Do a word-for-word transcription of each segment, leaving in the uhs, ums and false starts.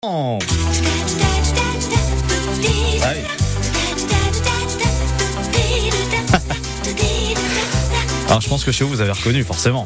Oh. Allez. Alors je pense que chez vous, vous avez reconnu forcément.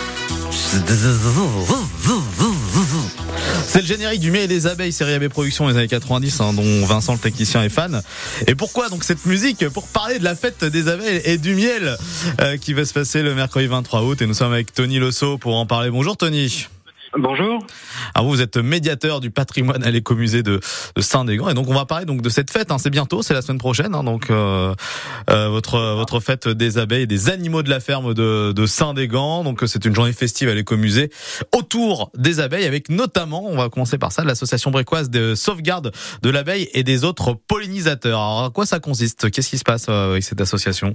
C'est le générique du Miel et des Abeilles, série A B Productions des années quatre-vingt-dix, hein, dont Vincent le technicien est fan. Et pourquoi donc cette musique? Pour parler de la fête des abeilles et du miel euh, qui va se passer le mercredi vingt-trois août. Et nous sommes avec Tony Losso pour en parler. Bonjour Tony. Bonjour. Alors vous, vous êtes médiateur du patrimoine à l'écomusée de, de Saint-Dégand, et donc on va parler donc de cette fête. Hein, c'est bientôt, c'est la semaine prochaine. Hein, donc euh, euh, votre votre fête des abeilles et des animaux de la ferme de, de Saint-Dégand. Donc c'est une journée festive à l'écomusée autour des abeilles, avec notamment, on va commencer par ça, l'association brécoise de sauvegarde de l'abeille et des autres pollinisateurs. Alors à quoi ça consiste? Qu'est-ce qui se passe avec cette association?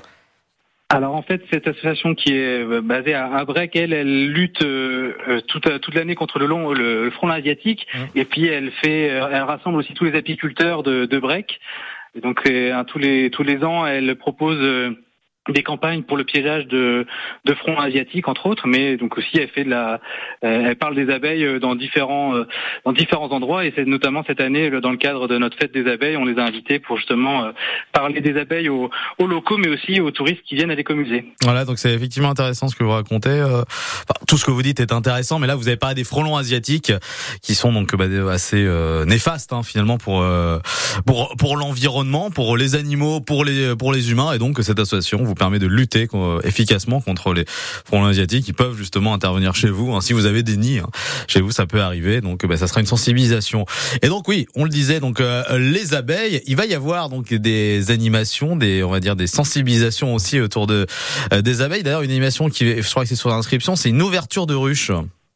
Alors en fait, cette association qui est basée à Brec, elle, elle lutte euh, toute, toute l'année contre le long le, le frelon asiatique, mmh. et puis elle fait, elle rassemble aussi tous les apiculteurs de, de Brec. Et donc euh, tous les tous les ans, elle propose euh, des campagnes pour le piégeage de de frelons asiatiques entre autres, mais donc aussi elle fait de la, euh, elle parle des abeilles dans différents euh, dans différents endroits, et c'est notamment cette année dans le cadre de notre fête des abeilles, on les a invités pour justement euh, parler des abeilles aux, aux locaux, mais aussi aux touristes qui viennent à l'écomusée. Voilà, donc c'est effectivement intéressant ce que vous racontez. Euh, enfin, tout ce que vous dites est intéressant, mais là vous avez parlé des frelons asiatiques qui sont donc bah, assez euh, néfastes hein, finalement pour euh, pour pour l'environnement, pour les animaux, pour les pour les humains, et donc cette association vous permet de lutter euh, efficacement contre les frelons asiatiques qui peuvent justement intervenir chez vous. Hein, si vous avez des nids hein, chez vous, ça peut arriver. Donc bah, ça sera une sensibilisation. Et donc oui, on le disait, donc euh, les abeilles, il va y avoir donc des animations, des on va dire des sensibilisations aussi autour de euh, des abeilles. D'ailleurs, une animation qui, je crois que c'est sur l'inscription, c'est une ouverture de ruche.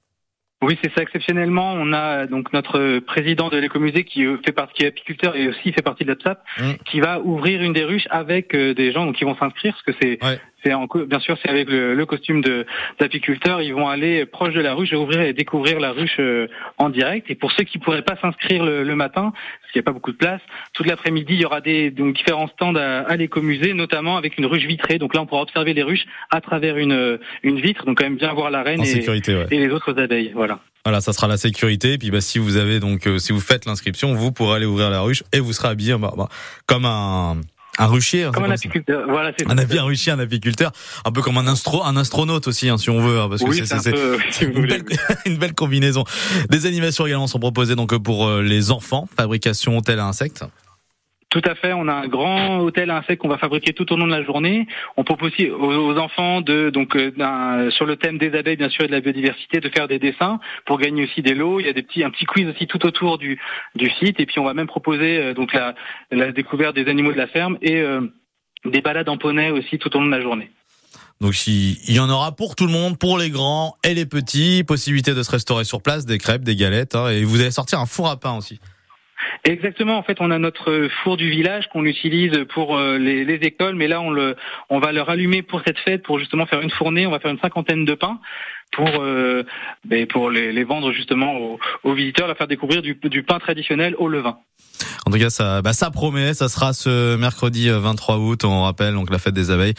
Oui, c'est ça. Exceptionnellement, on a donc notre président de l'écomusée qui fait partie, qui est apiculteur et aussi fait partie de la P S A P, mmh. qui va ouvrir une des ruches avec des gens donc qui vont s'inscrire, parce que c'est, ouais. c'est en, bien sûr, c'est avec le, le costume de d'apiculteur. Ils vont aller proche de la ruche et ouvrir et découvrir la ruche en direct. Et pour ceux qui pourraient pas s'inscrire le, le matin, parce qu'il n'y a pas beaucoup de place, toute l'après-midi, il y aura des donc différents stands à, à l'écomusée, notamment avec une ruche vitrée. Donc là, on pourra observer les ruches à travers une une vitre, donc quand même bien voir la reine et, ouais. et les autres abeilles. Voilà. Voilà, ça sera la sécurité. Et puis, bah, si vous avez donc, euh, si vous faites l'inscription, vous pourrez aller ouvrir la ruche et vous serez habillé bah, bah, comme un un ruchier. Comme un apiculteur. Voilà, c'est un avion ruchier, un apiculteur, un peu comme un astro, un astronaute aussi, hein, si on veut, hein, parce que oui, c'est, c'est, c'est, peu, c'est une, belle, une belle combinaison. Des animations également sont proposées donc pour les enfants, fabrication hôtel à insectes. Tout à fait, on a un grand hôtel à insectes qu'on va fabriquer tout au long de la journée. On propose aussi aux, aux enfants de donc euh, sur le thème des abeilles bien sûr et de la biodiversité de faire des dessins pour gagner aussi des lots. Il y a des petits un petit quiz aussi tout autour du du site, et puis on va même proposer euh, donc la la découverte des animaux de la ferme et euh, des balades en poney aussi tout au long de la journée. Donc il y en aura pour tout le monde, pour les grands et les petits. Possibilité de se restaurer sur place, des crêpes, des galettes, hein, et vous allez sortir un four à pain aussi. Exactement. En fait, on a notre four du village qu'on utilise pour les, les écoles, mais là, on le, on va le rallumer pour cette fête, pour justement faire une fournée. On va faire une cinquantaine de pains pour, euh, ben pour les, les vendre justement aux, aux visiteurs, leur faire découvrir du, du pain traditionnel au levain. En tout cas, ça, bah, ça promet. Ça sera ce mercredi vingt-trois août. On rappelle donc la fête des abeilles,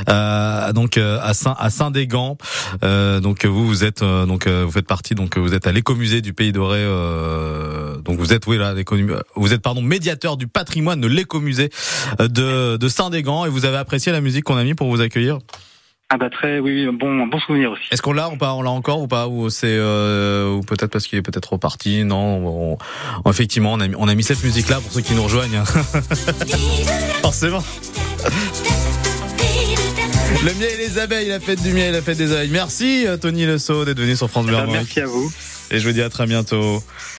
euh, donc euh, à Saint à Saint-Dégand. Euh, donc vous, vous êtes euh, donc euh, vous faites partie donc vous êtes à l'écomusée du Pays Doré. Euh, donc vous êtes oui là, vous êtes pardon médiateur du patrimoine de l'écomusée de de Saint-Dégand, et vous avez apprécié la musique qu'on a mis pour vous accueillir. Ah bah très oui, oui bon bon souvenir aussi. Est-ce qu'on l'a ou pas, on l'a encore ou pas, ou c'est euh, ou peut-être parce qu'il est peut-être reparti. Non, on, effectivement on a mis, on a mis cette musique là pour ceux qui nous rejoignent. Forcément. Le miel et les abeilles, la fête du miel, la fête des abeilles. Merci Tony Losso d'être venu sur France Bleu Armorique. Merci à vous. Et je vous dis à très bientôt.